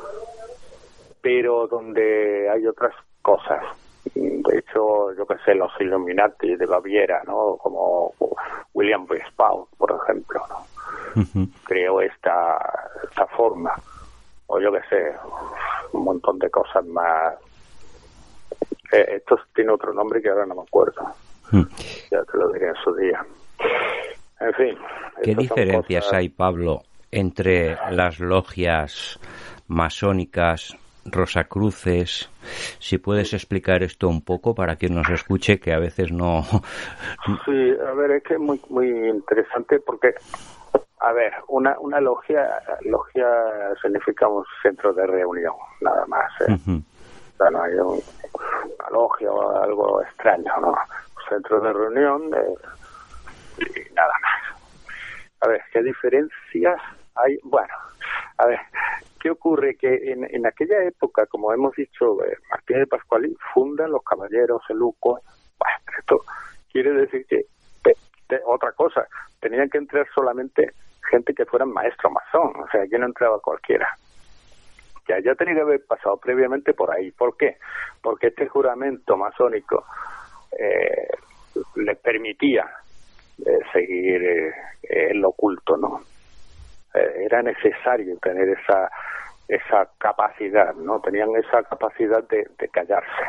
pero donde hay otras cosas. De hecho, yo que sé, los Illuminati de Baviera, ¿no? Como William Weishaupt, por ejemplo, ¿no? Uh-huh. Creo esta, esta forma. O yo que sé, un montón de cosas más. Eh, esto tiene otro nombre que ahora no me acuerdo. Uh-huh. Ya te lo diré en su día. En fin. ¿Qué diferencias cosas... hay, Pablo, entre las logias masónicas, Rosacruces? Si puedes explicar esto un poco para quien nos escuche, que a veces no... Sí, a ver, es que es muy, muy interesante porque, a ver, una, una logia, logia significa un centro de reunión, nada más, ¿eh? Uh-huh. O sea, no hay un, una logia o algo extraño, ¿no? Un centro de reunión de, y nada más. A ver, ¿qué diferencias hay? Bueno, a ver... ¿Qué ocurre? Que en, en aquella época, como hemos dicho, eh, Martín de Pascual fundan los caballeros Elucos. Bueno, esto quiere decir que, de, de, otra cosa, tenían que entrar solamente gente que fueran maestro masón, o sea, aquí no entraba cualquiera. Ya, ya tenía que haber pasado previamente por ahí. ¿Por qué? Porque este juramento masónico eh, les permitía eh, seguir eh, el oculto, ¿no? Era necesario tener esa esa capacidad, ¿no? Tenían esa capacidad de, de callarse.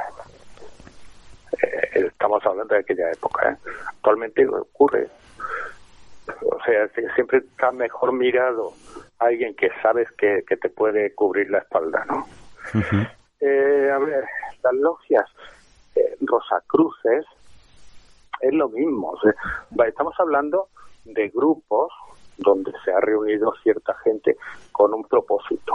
Eh, estamos hablando de aquella época, ¿eh? Actualmente ocurre. O sea, siempre está mejor mirado alguien que sabes que, que te puede cubrir la espalda, ¿no? Uh-huh. Eh, a ver, las logias eh, Rosacruces es lo mismo. O sea, estamos hablando de grupos donde se ha reunido cierta gente con un propósito,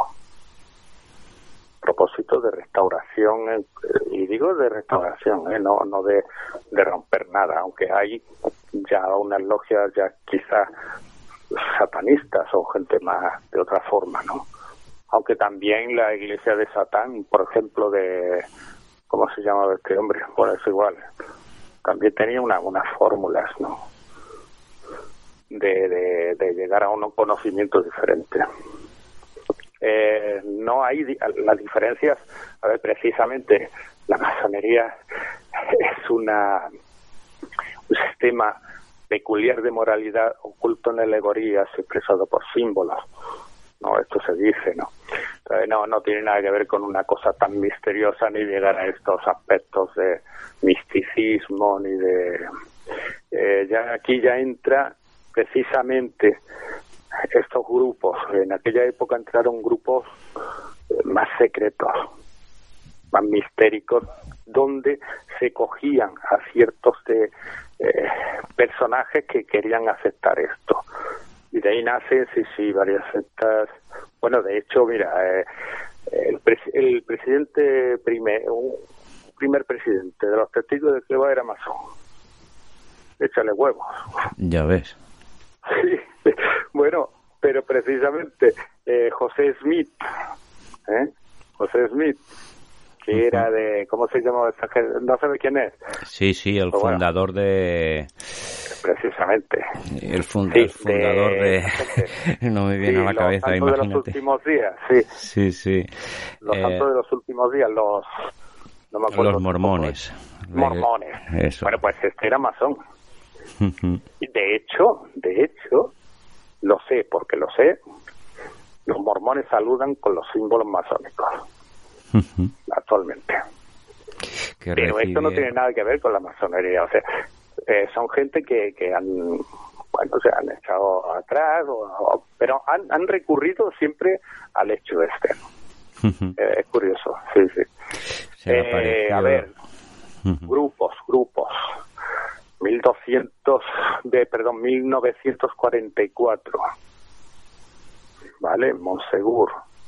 propósito de restauración, eh, y digo de restauración, eh, no no de, de romper nada, aunque hay ya unas logias ya quizás satanistas o gente más de otra forma, ¿no? Aunque también la iglesia de Satán, por ejemplo, de, ¿cómo se llamaba este hombre? Bueno, es igual, también tenía una, unas fórmulas, ¿no? De, de, de llegar a un conocimiento diferente. Eh, no hay di- las diferencias. A ver, precisamente la masonería es una un sistema peculiar de moralidad oculto en alegorías expresado por símbolos, ¿no? Esto se dice, ¿no? Entonces, no, no tiene nada que ver con una cosa tan misteriosa ni llegar a estos aspectos de misticismo ni de... Eh, ya aquí ya entra precisamente estos grupos. En aquella época entraron grupos más secretos, más mistéricos, donde se cogían a ciertos de, eh, personajes que querían aceptar esto. Y de ahí nacen, sí, sí, varias sectas. Bueno, de hecho, mira, eh, el, pres- el presidente primer, un primer presidente de los Testigos de Jehová era masón. Échale huevos. Ya ves. Sí, bueno, pero precisamente eh, José Smith, ¿eh? José Smith, que uh-huh. era de, ¿cómo se llama esa gente? No sé quién es. Sí, sí, el pero fundador bueno, de... Precisamente. El, fund... sí, el fundador de... de... no me viene sí, a la cabeza, los imagínate. De los últimos días, sí. Sí, sí. Los eh... santos de los últimos días, los... No me acuerdo. Los mormones. Mormones. Eso. Bueno, pues este era masón. Y de hecho, de hecho, lo sé, porque lo sé, los mormones saludan con los símbolos masónicos, uh-huh. actualmente. Que Pero recibe... esto no tiene nada que ver con la masonería, o sea, eh, son gente que, que han, bueno, se han echado atrás, o, o, pero han, han recurrido siempre al hecho este. Uh-huh. Eh, es curioso, sí, sí. Eh, a ver, uh-huh. grupos, grupos. mil doscientos de perdón mil novecientos cuarenta y cuatro, vale, Monsegur,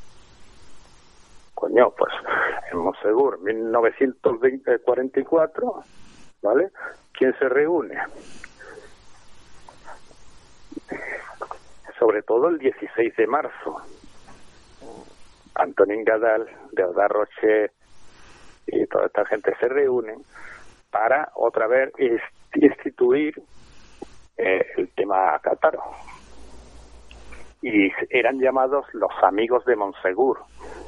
coño, pues en Monsegur mil novecientos cuarenta y cuatro, vale, ¿quién se reúne? Sobre todo el dieciséis de marzo. Antonín Gadal, Deodat Rocher y toda esta gente se reúnen para otra vez instituir eh, el tema cátaro. Y eran llamados los amigos de Monsegur.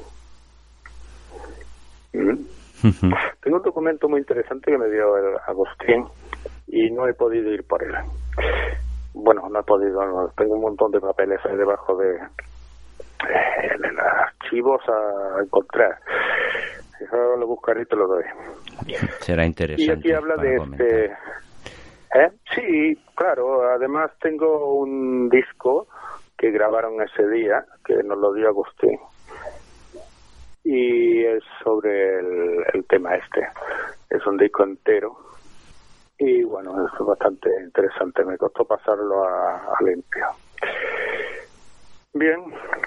¿Mm? Uh-huh. Tengo un documento muy interesante que me dio el Agustín y no he podido ir por él. Bueno, no he podido, no, tengo un montón de papeles ahí debajo de eh, en los archivos a encontrar. Eso lo buscaré y te lo doy. Será interesante. Y aquí habla de comentar. este... ¿Eh? Sí, claro, además tengo un disco que grabaron ese día, que nos lo dio Agustín. Y es sobre el, el tema este. Es un disco entero. Y bueno, es bastante interesante. Me costó pasarlo a, a limpio. Bien.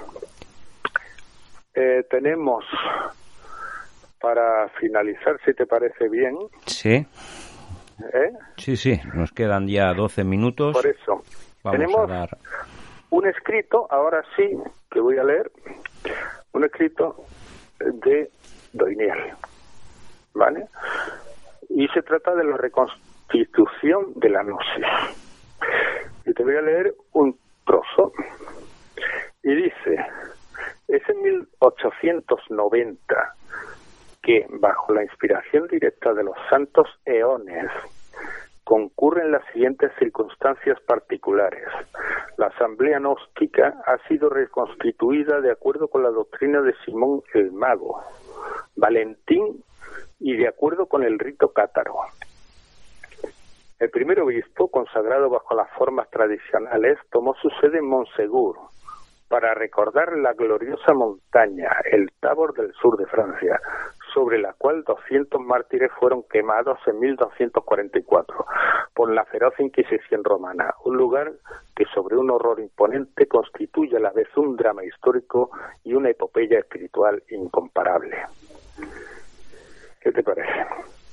Eh, tenemos, para finalizar, si te parece bien. Sí. ¿Eh? Sí, sí. Nos quedan ya doce minutos. Por eso. Vamos tenemos a dar... un escrito, ahora sí, que voy a leer. Un escrito de Doiniel, ¿vale? Y se trata de la reconstitución de la gnosis. Y te voy a leer un trozo. Y dice: es en mil ochocientos noventa que, bajo la inspiración directa de los santos eones, concurren las siguientes circunstancias particulares. La asamblea gnóstica ha sido reconstituida de acuerdo con la doctrina de Simón el Mago, Valentín, y de acuerdo con el rito cátaro. El primer obispo, consagrado bajo las formas tradicionales, tomó su sede en Monsegur, para recordar la gloriosa montaña, el Tabor del sur de Francia, sobre la cual doscientos mártires fueron quemados en mil doscientos cuarenta y cuatro por la feroz Inquisición romana, un lugar que sobre un horror imponente constituye a la vez un drama histórico y una epopeya espiritual incomparable. ¿Qué te parece?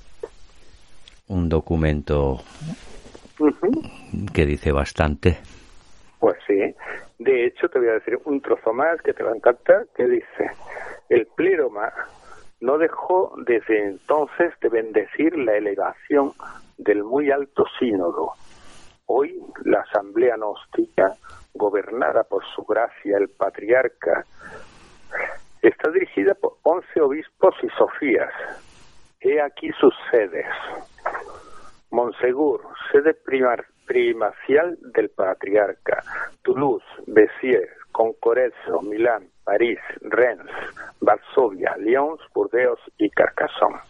Un documento uh-huh. que dice bastante. Pues sí. De hecho, te voy a decir un trozo más que te va a encantar, que dice: el pléroma no dejó desde entonces de bendecir la elevación del muy alto sínodo. Hoy la asamblea gnóstica, gobernada por su gracia el patriarca, está dirigida por once obispos y sofías. He aquí sus sedes: Monsegur, sede primar, primacial del patriarca; Toulouse, Béziers, Concorezzo, Milán, París, Rennes, Varsovia, Lyon, Burdeos y Carcassonne.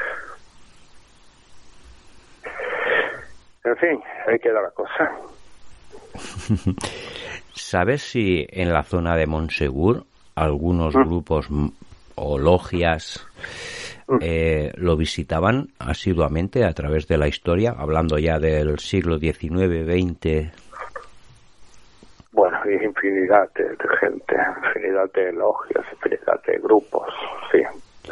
En fin, ahí queda la cosa. ¿Sabes si en la zona de Monsegur algunos ¿Mm? grupos o logias eh, lo visitaban asiduamente a través de la historia, hablando ya del siglo diecinueve, veinte? Bueno, hay infinidad de, de gente, infinidad de logias, infinidad de grupos, sí.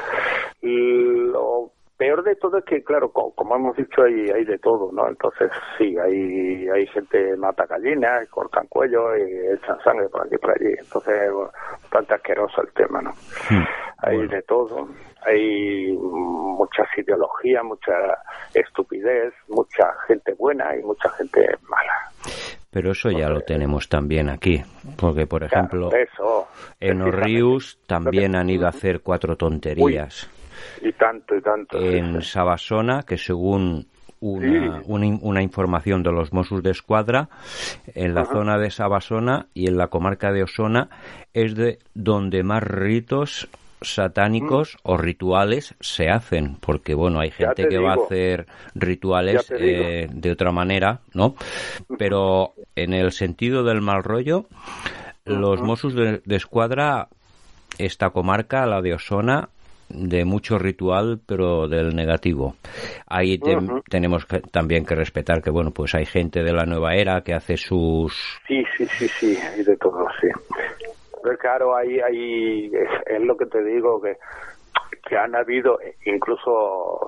Lo peor de todo es que, claro, como, como hemos dicho, hay, hay de todo, ¿no? Entonces, sí, hay hay gente mata gallinas, cortan cuello y echan sangre por aquí y por allí. Entonces, bueno, bastante asqueroso el tema, ¿no? Sí. Hay bueno. de todo, hay muchas ideologías, mucha estupidez, mucha gente buena y mucha gente mala. Pero eso ya lo tenemos también aquí, porque por ejemplo, claro, eso, en Orius también han ido a hacer cuatro tonterías. Uy, y tanto, y tanto. En sí. Sabassona, que según una, sí. una, una información de los Mossos de Escuadra, en la Ajá. zona de Sabassona y en la comarca de Osona es de donde más ritos satánicos mm. o rituales se hacen, porque bueno, hay gente que digo. va a hacer rituales eh, de otra manera, ¿no? Pero en el sentido del mal rollo, uh-huh. los Mossos de, de Escuadra, esta comarca, la de Osona, de mucho ritual, pero del negativo. Ahí te, uh-huh. tenemos que, también que respetar que, bueno, pues hay gente de la nueva era que hace sus... Sí, sí, sí, sí, hay de todo, sí. Pero claro, ahí, ahí es, es lo que te digo, que, que han habido incluso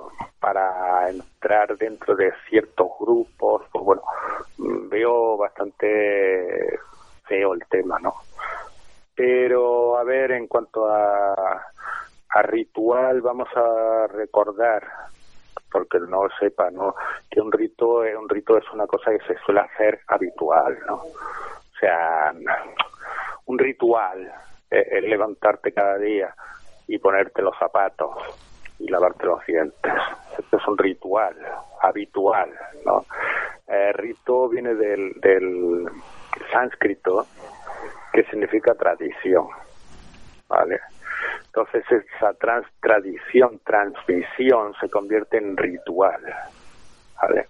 para entrar dentro de ciertos grupos, pues bueno, veo bastante feo el tema, ¿no? Pero, a ver, en cuanto a, a ritual, vamos a recordar, porque no lo sepa, ¿no?, que un rito, un rito es una cosa que se suele hacer habitual, ¿no? O sea, un ritual es, es levantarte cada día y ponerte los zapatos y lavarte los dientes. Esto es un ritual habitual, ¿no? Eh, rito viene del, del sánscrito, que significa tradición, ¿vale? Entonces esa trans tradición, transmisión, se convierte en ritual, ¿vale?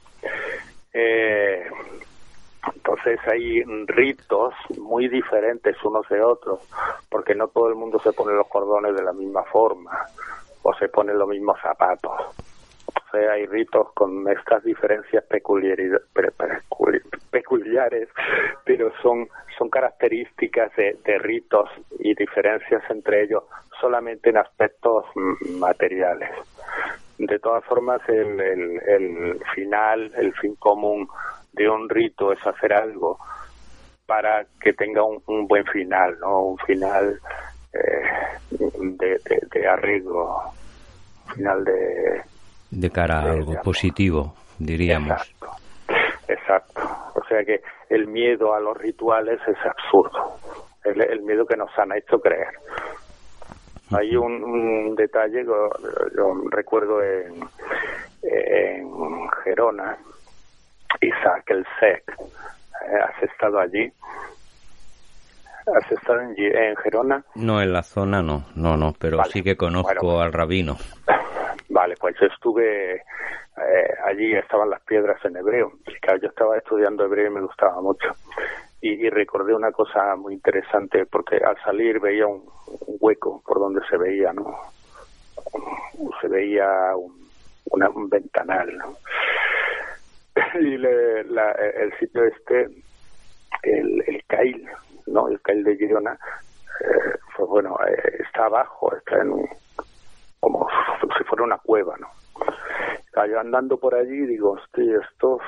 Eh, entonces hay ritos muy diferentes unos de otros, porque no todo el mundo se pone los cordones de la misma forma, o se ponen los mismos zapatos. O sea, hay ritos con estas diferencias peculiares, peculiares, pero son son características de, de ritos y diferencias entre ellos solamente en aspectos materiales. De todas formas, el, el, el final, el fin común de un rito es hacer algo para que tenga un, un buen final, ¿no? Un final eh, de, de, de arreglo, un final de... De cara a de, algo de positivo, diríamos. Exacto, exacto. O sea que el miedo a los rituales es absurdo. El, el miedo que nos han hecho creer. Hay un, un detalle que yo, yo recuerdo en, en Gerona, Isaac el Sec. Eh, ¿Has estado allí? ¿Has estado en, en Gerona? No, en la zona no, no, no, pero vale. Sí que conozco bueno, al rabino. Vale, pues yo estuve eh, allí, estaban las piedras en hebreo. Y claro, yo estaba estudiando hebreo y me gustaba mucho. Y, y recordé una cosa muy interesante, porque al salir veía un, un hueco por donde se veía, ¿no? Se veía un, una, un ventanal, ¿no? Y le, la, el sitio este, el, el Cail, ¿no? El Cail de Girona, eh, pues bueno, eh, está abajo, está en un, como si fuera una cueva, ¿no? Estaba yo andando por allí y digo, hostia, esto...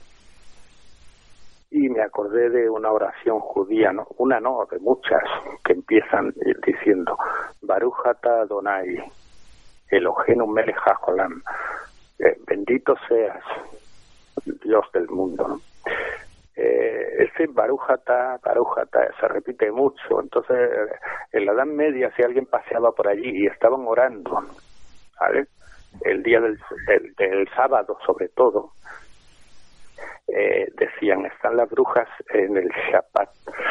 Y me acordé de una oración judía, ¿no? Una no, de muchas, que empiezan diciendo, Baruch atah Adonai, Eloheinu melech haolam, eh, bendito seas, Dios del mundo, ¿no? Eh, ese Baruch atah, Baruch atah, se repite mucho. Entonces, en la Edad Media, si alguien paseaba por allí y estaban orando, ¿vale? El día del, del, del sábado, sobre todo, eh, decían, están las brujas en el Shabbat.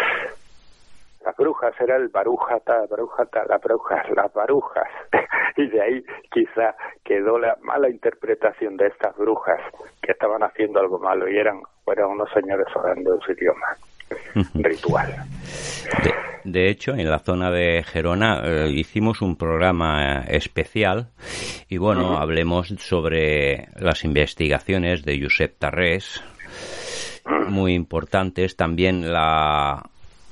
Las brujas era el Baruch atah, Baruch atah, las brujas, las barujas. Y de ahí quizá quedó la mala interpretación de estas brujas que estaban haciendo algo malo y eran, eran unos señores orando en su idioma ritual. De, de hecho, en la zona de Gerona eh, hicimos un programa especial y bueno, uh-huh. hablemos sobre las investigaciones de Josep Tarrés, uh-huh. muy importantes, también la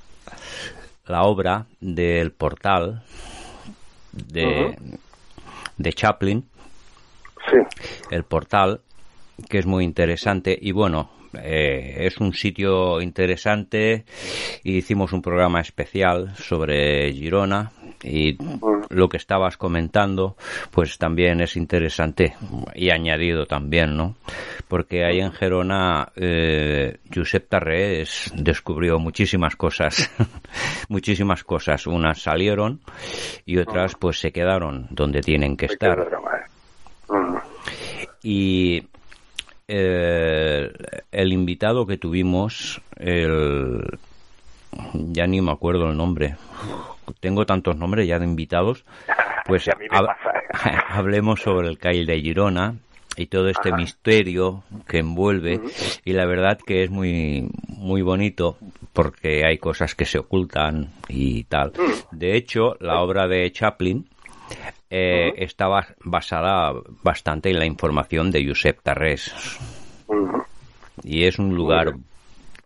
la obra del Portal de, uh-huh. de Chaplin, sí. El Portal, que es muy interesante y bueno, eh, es un sitio interesante. Hicimos un programa especial sobre Girona y uh-huh. lo que estabas comentando pues también es interesante y añadido también, ¿no? Porque ahí en Gerona eh, Josep Tarrés descubrió muchísimas cosas muchísimas cosas, unas salieron y otras pues se quedaron donde tienen que estar. Uh-huh. Y eh, el invitado que tuvimos, el ya ni me acuerdo el nombre, tengo tantos nombres ya de invitados, pues sí, hab- hablemos sobre el Cail de Girona y todo este Ajá. misterio que envuelve, uh-huh. y la verdad que es muy muy bonito porque hay cosas que se ocultan y tal. Uh-huh. De hecho, la obra de Chaplin eh, uh-huh. estaba basada bastante en la información de Josep Tarrés. Uh-huh. Y es un lugar uh-huh.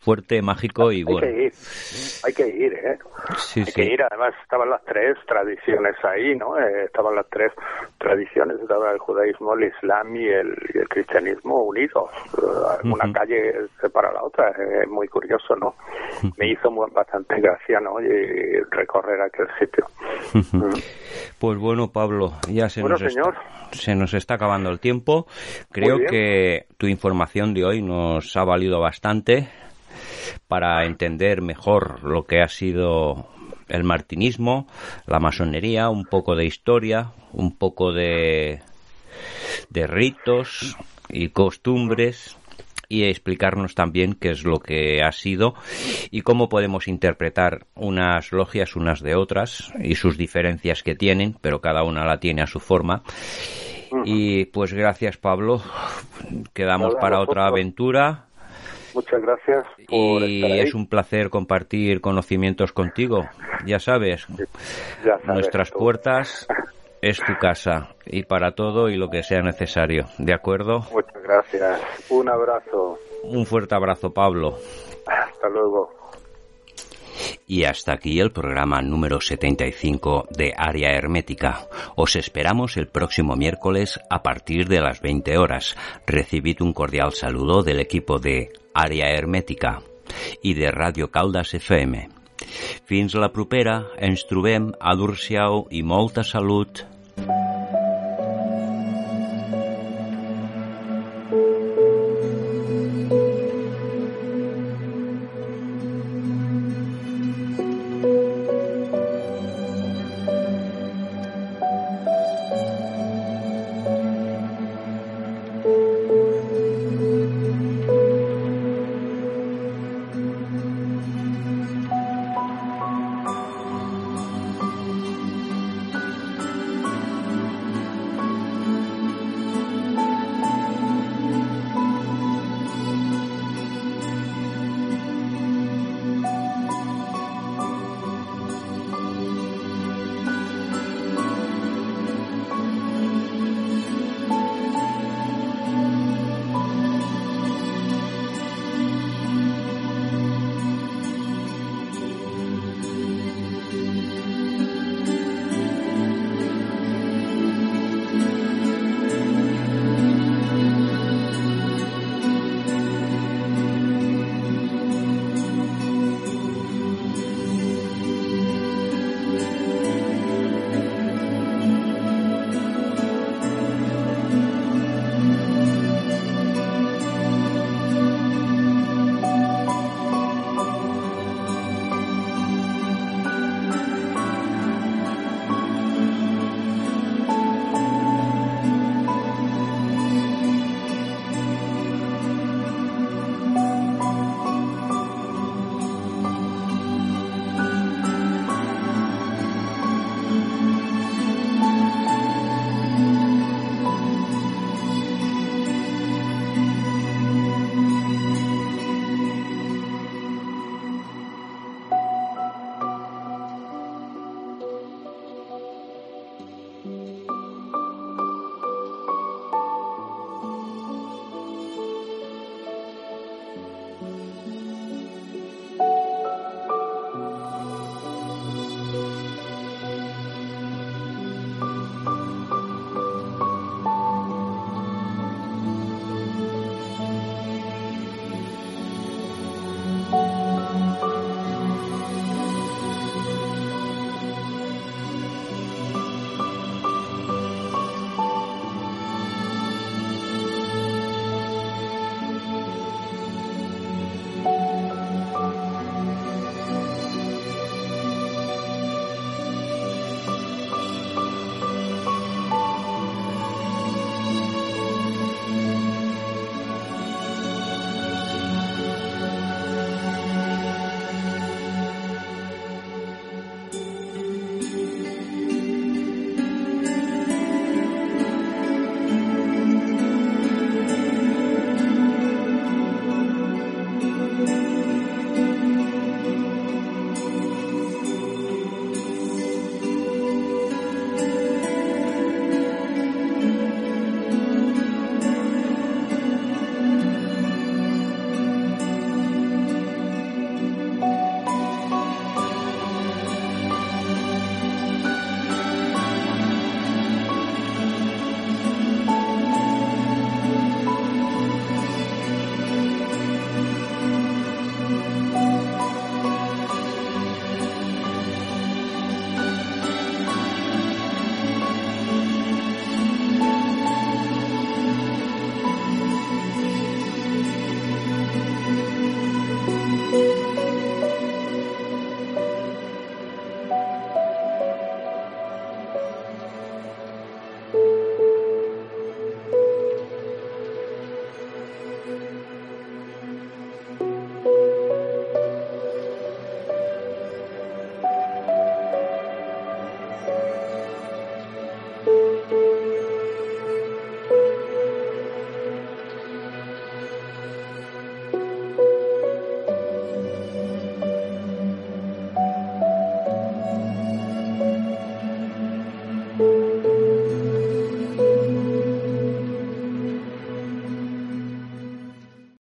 fuerte, mágico y bueno. Hay que ir, hay que ir, ¿eh? Sí, hay sí. que ir, además estaban las tres tradiciones ahí, ¿no? Eh, estaban las tres tradiciones, estaba el judaísmo, el islam y el, y el cristianismo unidos. Uh, una uh-huh. calle separa la otra, es muy curioso, ¿no? Uh-huh. Me hizo muy, bastante gracia, ¿no? Y recorrer aquel sitio. Uh-huh. Uh-huh. Pues bueno, Pablo, ya se, bueno, nos señor. Está, se nos está acabando el tiempo. Creo que tu información de hoy nos ha valido bastante para entender mejor lo que ha sido el martinismo, la masonería, un poco de historia, un poco de, de ritos y costumbres, y explicarnos también qué es lo que ha sido y cómo podemos interpretar unas logias unas de otras y sus diferencias que tienen, pero cada una la tiene a su forma. Y pues gracias, Pablo. Quedamos para otra aventura. Muchas gracias por y estar ahí. Es un placer compartir conocimientos contigo. Ya sabes, ya sabes nuestras tú. puertas es tu casa y para todo y lo que sea necesario. ¿De acuerdo? Muchas gracias. Un abrazo. Un fuerte abrazo, Pablo. Hasta luego. Y hasta aquí el programa número setenta y cinco de Área Hermética. Os esperamos el próximo miércoles a partir de las veinte horas. Recibid un cordial saludo del equipo de Àrea Hermètica i de Ràdio Caldes F M. Fins la propera, ens trobem, adorciau i molta salut.